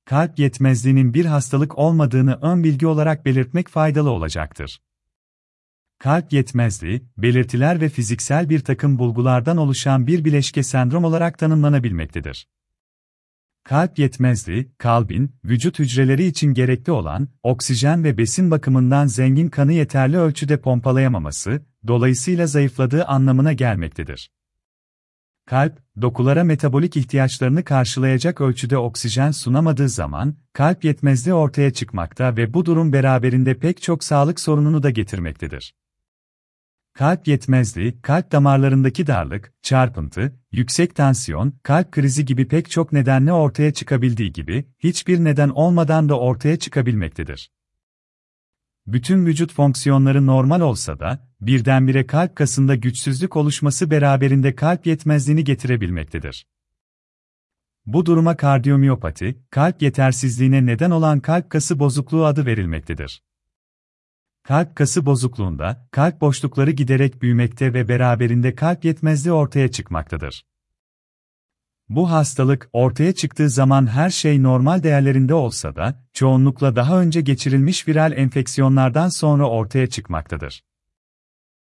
Kalp yetmezliğinin bir hastalık olmadığını ön bilgi olarak belirtmek faydalı olacaktır. Kalp yetmezliği, belirtiler ve fiziksel bir takım bulgulardan oluşan bir bileşke sendrom olarak tanımlanabilmektedir. Kalp yetmezliği, kalbin, vücut hücreleri için gerekli olan, oksijen ve besin bakımından zengin kanı yeterli ölçüde pompalayamaması, dolayısıyla zayıfladığı anlamına gelmektedir. Kalp, dokulara metabolik ihtiyaçlarını karşılayacak ölçüde oksijen sunamadığı zaman, kalp yetmezliği ortaya çıkmakta ve bu durum beraberinde pek çok sağlık sorununu da getirmektedir. Kalp yetmezliği, kalp damarlarındaki darlık, çarpıntı, yüksek tansiyon, kalp krizi gibi pek çok nedenle ortaya çıkabildiği gibi, hiçbir neden olmadan da ortaya çıkabilmektedir. Bütün vücut fonksiyonları normal olsa da, birdenbire kalp kasında güçsüzlük oluşması beraberinde kalp yetmezliğini getirebilmektedir. Bu duruma kardiyomiyopati, kalp yetersizliğine neden olan kalp kası bozukluğu adı verilmektedir. Kalp kası bozukluğunda, kalp boşlukları giderek büyümekte ve beraberinde kalp yetmezliği ortaya çıkmaktadır. Bu hastalık, ortaya çıktığı zaman her şey normal değerlerinde olsa da, çoğunlukla daha önce geçirilmiş viral enfeksiyonlardan sonra ortaya çıkmaktadır.